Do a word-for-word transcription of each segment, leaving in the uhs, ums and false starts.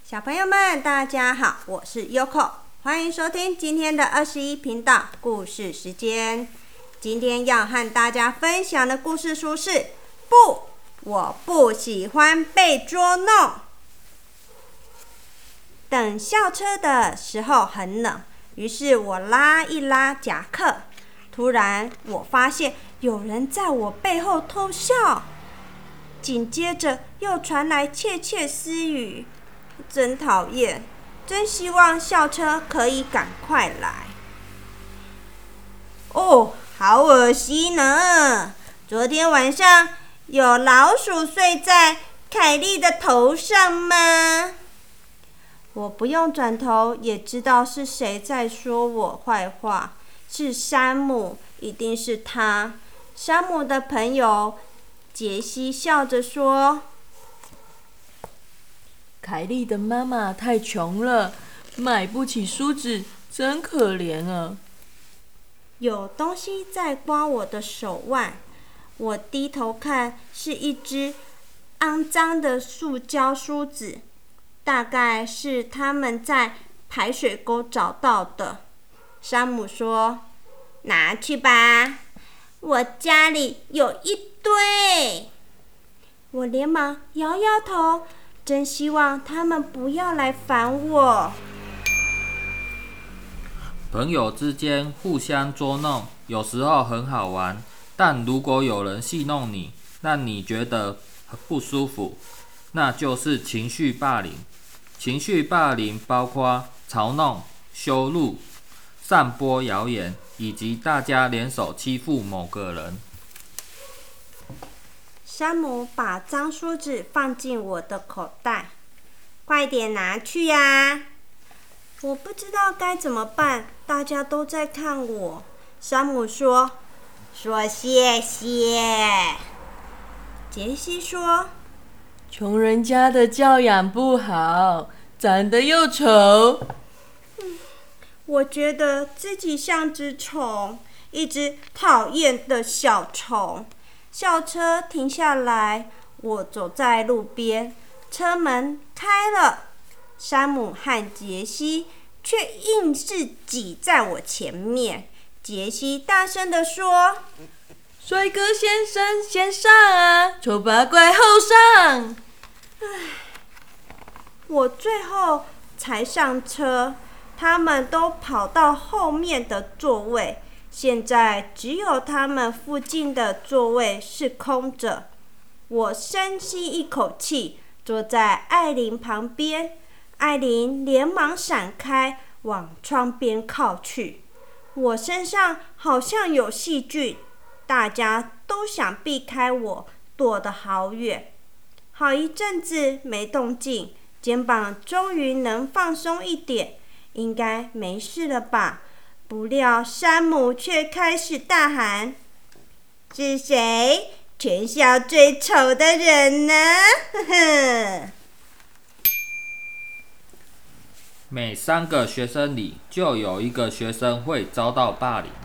小朋友们，大家好，我是 Yoko， 欢迎收听今天的二十一频道故事时间。今天要和大家分享的故事书是《不，我不喜欢被捉弄》。等校车的时候很冷，于是我拉一拉夹克，突然我发现有人在我背后偷笑，紧接着又传来窃窃私语。真讨厌，真希望校车可以赶快来。哦，好恶心呢！昨天晚上有老鼠睡在凯莉的头上吗？我不用转头也知道是谁在说我坏话，是山姆，一定是他。山姆的朋友杰西笑着说， 凯莉的妈妈太穷了，买不起梳子，真可怜啊！ 有东西在刮我的手腕，我低头看，是一只肮脏的塑胶梳子，大概是他们在排水沟找到的。山姆说：“拿去吧，我家里有一堆。”我连忙摇摇头。真希望他们不要来烦我。 朋友之间互相捉弄，有时候很好玩，但如果有人戏弄你，让你觉得很不舒服，那就是情绪霸凌。情绪霸凌包括嘲弄、羞辱、散播谣言，以及大家联手欺负某个人。 山姆把脏梳子放进我的口袋，快点拿去呀！我不知道该怎么办，大家都在看我。山姆说：“说谢谢。”杰西说：“ 穷人家的教养不好，长得又丑。” 嗯，我觉得自己像只虫，一只讨厌的小虫。校车停下来，我走在路边，车门开了，山姆和杰西却硬是挤在我前面。杰西大声地说：“ 帅哥先生，先上啊！丑八怪后上！” 唉，我最后才上车，他们都跑到后面的座位。现在只有他们附近的座位是空着。我深吸一口气，坐在艾琳旁边。艾琳连忙闪开，往窗边靠去。我身上好像有细菌，大家都想避开我，躲得好远。好一阵子没动静，肩膀终于能放松一点，应该没事了吧？不料山姆却开始大喊：“是谁？全校最丑的人呢？”呵呵。 每三个学生里就有一个学生会遭到霸凌。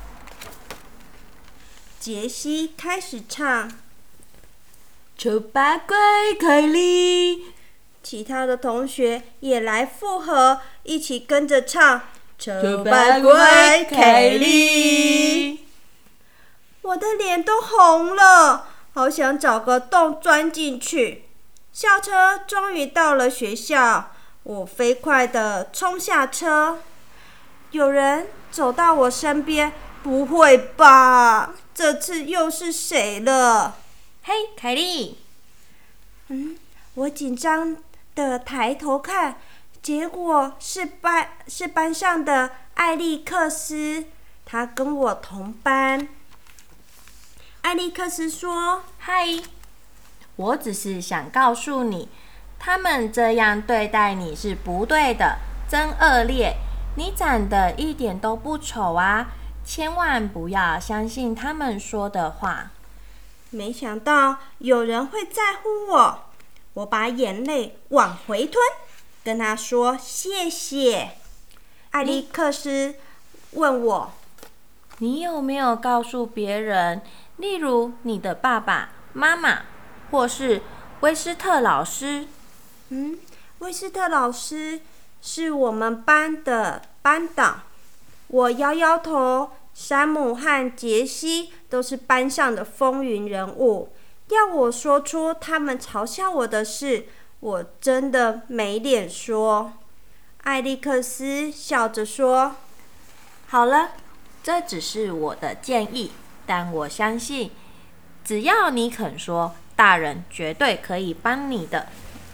杰西开始唱：“ 丑八怪凯莉。” 其他的同学也来附和，一起跟着唱。 丑八怪凯莉， 我的脸都红了，好想找个洞钻进去。校车终于到了学校，我飞快地冲下车。有人走到我身边，不会吧？这次又是谁了？ 嘿，凯莉。 嗯，我紧张地抬头看。结果是班是班上的艾利克斯，他跟我同班。艾利克斯说：“ 嗨，我只是想告诉你，他们这样对待你是不对的，真恶劣。你长得一点都不丑啊，千万不要相信他们说的话。” 没想到有人会在乎我，我把眼泪往回吞。跟他说谢谢。艾利克斯问我：“ 你有没有告诉别人，例如你的爸爸妈妈，或是威斯特老师？” 嗯， 威斯特老师是我们班的班导。我摇摇头，山姆和杰西都是班上的风云人物，要我说出他们嘲笑我的事，我真的没脸说。艾利克斯笑着说： 好了，这只是我的建议，但我相信，只要你肯说，大人绝对可以帮你的。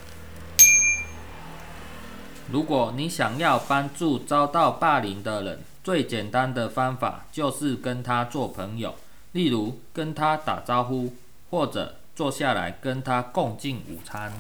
如果你想要帮助遭到霸凌的人，最简单的方法就是跟他做朋友，例如跟他打招呼，或者坐下来跟他共进午餐。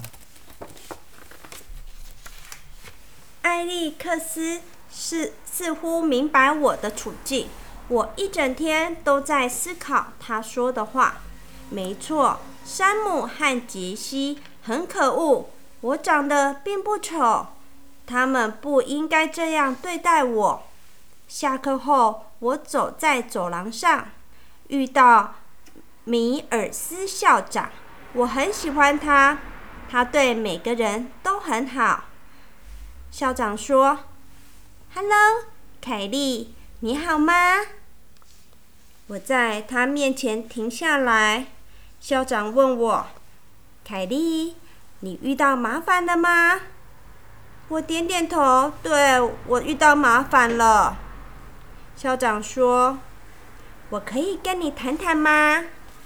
艾利克斯是似乎明白我的处境，我一整天都在思考他说的话。没错，山姆和杰西很可恶，我长得并不丑，他们不应该这样对待我。下课后，我走在走廊上，遇到米尔斯校长，我很喜欢他，他对每个人都很好。校长说 ：“Hello， 凯莉，你好吗？”我在他面前停下来。校长问我：“凯莉，你遇到麻烦了吗？”我点点头，对，我遇到麻烦了。校长说：“我可以跟你谈谈吗？”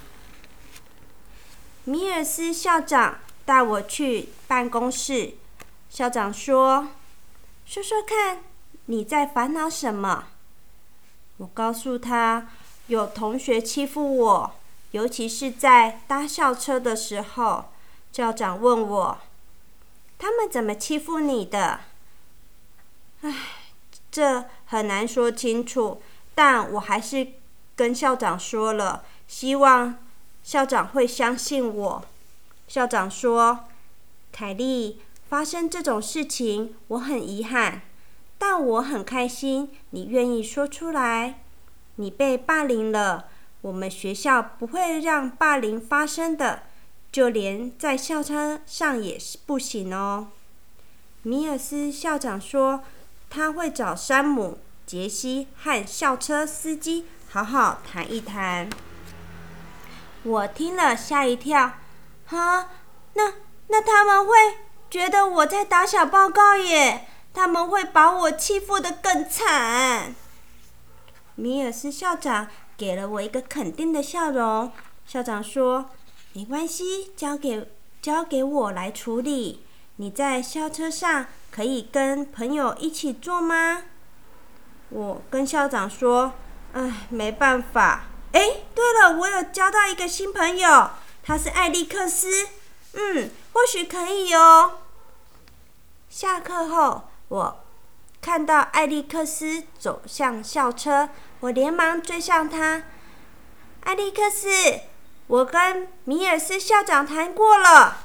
米尔斯校长带我去办公室。校长说：“说说看，你在烦恼什么？”我告诉他，有同学欺负我，尤其是在搭校车的时候。校长问我：“他们怎么欺负你的？”唉，这很难说清楚，但我还是跟校长说了，希望校长会相信我。校长说：“凯莉，发生这种事情，我很遗憾，但我很开心你愿意说出来。你被霸凌了，我们学校不会让霸凌发生的，就连在校车上也是不行哦。”米尔斯校长说，他会找山姆、杰西和校车司机好好谈一谈。我听了吓一跳，哈，那那他们会觉得我在打小报告耶，他们会把我欺负得更惨。米尔斯校长给了我一个肯定的笑容。校长说：“没关系，交给交给我来处理。你在校车上可以跟朋友一起坐吗？”我跟校长说：“哎，没办法。哎，对了，我有交到一个新朋友，他是艾利克斯，嗯，或许可以哦。”下课后，我看到艾利克斯走向校车，我连忙追上他。艾利克斯，我跟米尔斯校长谈过了。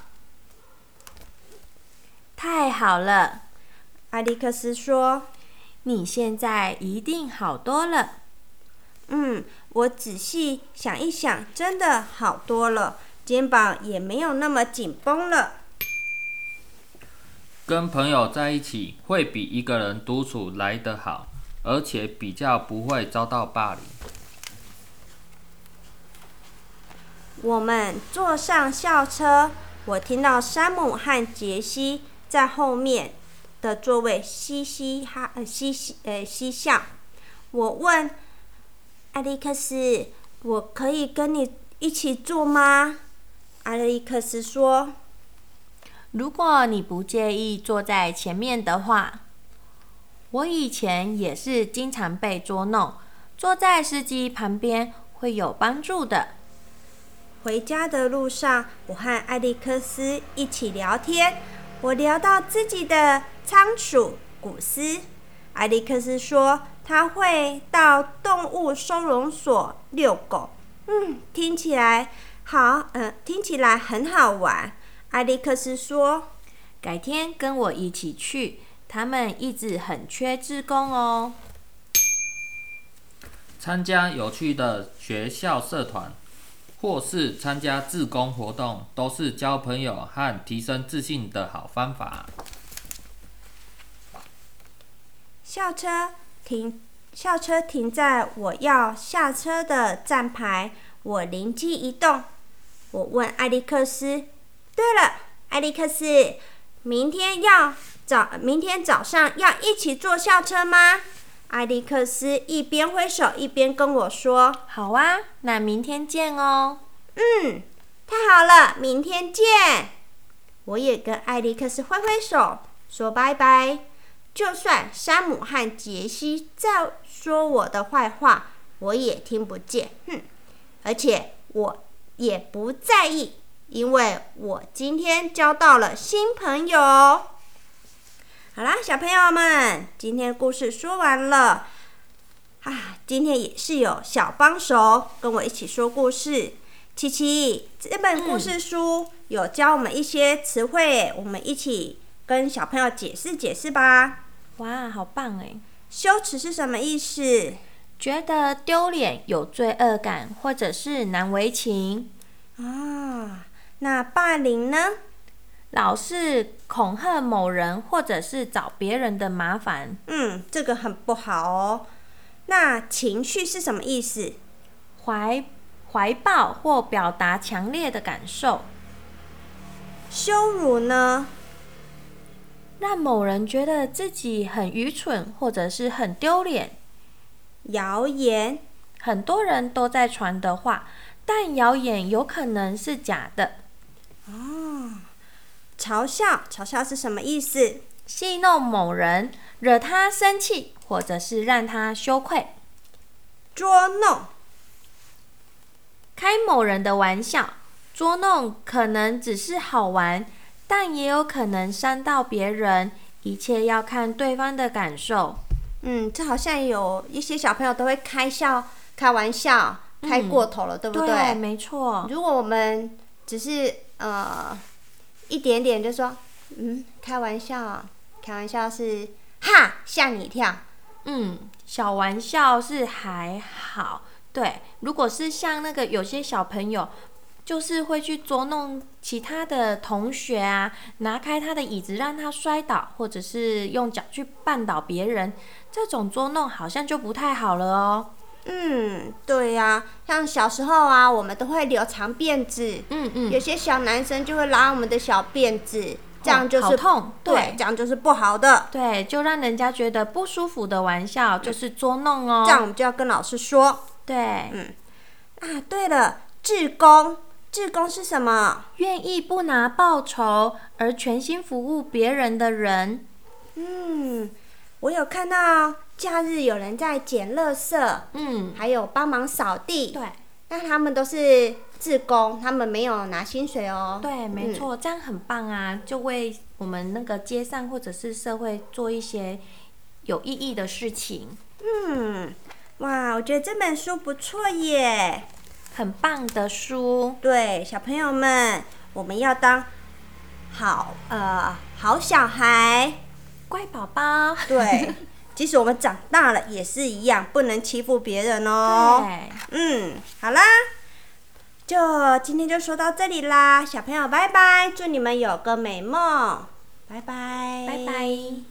太好了， 艾利克斯说：“ 你现在一定好多了。” 嗯，我仔细想一想，真的好多了，肩膀也没有那么紧绷了。 跟朋友在一起会比一个人独处来得好，而且比较不会遭到霸凌。 我们坐上校车，我听到山姆和杰西在后面的座位嘻嘻哈呃嘻嘻呃嬉笑。我问艾利克斯：“我可以跟你一起坐吗？”艾利克斯说：“ 如果你不介意坐在前面的话。我以前也是经常被捉弄，坐在司机旁边会有帮助的。” 回家的路上，我和艾利克斯一起聊天。我聊到自己的仓鼠古斯。艾利克斯说他会到动物收容所遛狗。嗯，听起来好，呃，听起来很好玩。艾利克斯说：“ 改天跟我一起去，他们一直很缺志工哦。” 参加有趣的学校社团，或是参加志工活动，都是交朋友和提升自信的好方法。 校车停，校车停在我要下车的站牌。我灵机一动，我问艾利克斯：“对了，艾利克斯，明天要早，明天早上要一起坐校车吗？”艾利克斯一边挥手一边跟我说：“ 好啊，那明天见哦。” 嗯，太好了，明天见。我也跟艾利克斯挥挥手，说拜拜。就算山姆和杰西在说我的坏话，我也听不见。哼，而且我也不在意，因为我今天交到了新朋友。好啦，小朋友们，今天故事说完了。啊，今天也是有小帮手跟我一起说故事。琪琪，这本故事书有教我们一些词汇，我们一起跟小朋友解释解释吧。 哇，好棒哎！ 羞耻是什么意思？ 觉得丢脸、有罪恶感，或者是难为情。 啊，那霸凌呢？ 老是恐吓某人，或者是找别人的麻烦。 嗯，这个很不好哦。那情绪是什么意思？ 怀怀抱或表达强烈的感受。 羞辱呢？ 让某人觉得自己很愚蠢，或者是很丢脸。 谣言， 很多人都在传的话，但谣言有可能是假的。 哦，嘲笑，嘲笑是什么意思？ 戏弄某人，惹他生气，或者是让他羞愧。 捉弄， 开某人的玩笑，捉弄可能只是好玩，但也有可能伤到别人，一切要看对方的感受。 嗯，这好像有一些小朋友都会开笑、开玩笑，开过头了，嗯、对不对？ 对，没错。 如果我们只是呃一点点就说，嗯，开玩笑，开玩笑是哈吓你一跳。 嗯，小玩笑是还好。对，如果是像那个有些小朋友，就是会去捉弄其他的同学啊，拿开他的椅子让他摔倒，或者是用脚去绊倒别人，这种捉弄好像就不太好了哦。 嗯，对呀、啊，像小时候啊，我们都会留长辫子， 嗯嗯， 有些小男生就会拉我们的小辫子，这样就是、 哦、好痛， 对， 对， 这样就是不好的， 对，就让人家觉得不舒服的玩笑就是捉弄哦。 这样我们就要跟老师说。 对， 嗯，啊，对了，志工。志工是什么？ 愿意不拿报酬而全心服务别人的人。 嗯，我有看到假日有人在捡垃圾， 嗯， 还有帮忙扫地。 对， 那他们都是志工，他们没有拿薪水哦。 对，没错，嗯、这样很棒啊，就为我们那个街上或者是社会做一些有意义的事情。 嗯，哇，我觉得这本书不错耶。 很棒的书， 对小朋友们，我们要当好呃好小孩， 乖宝宝。 对，即使我们长大了也是一样，不能欺负别人哦。 对， 嗯，好啦，就今天就说到这里啦，小朋友拜拜，祝你们有个美梦，拜拜， 拜拜。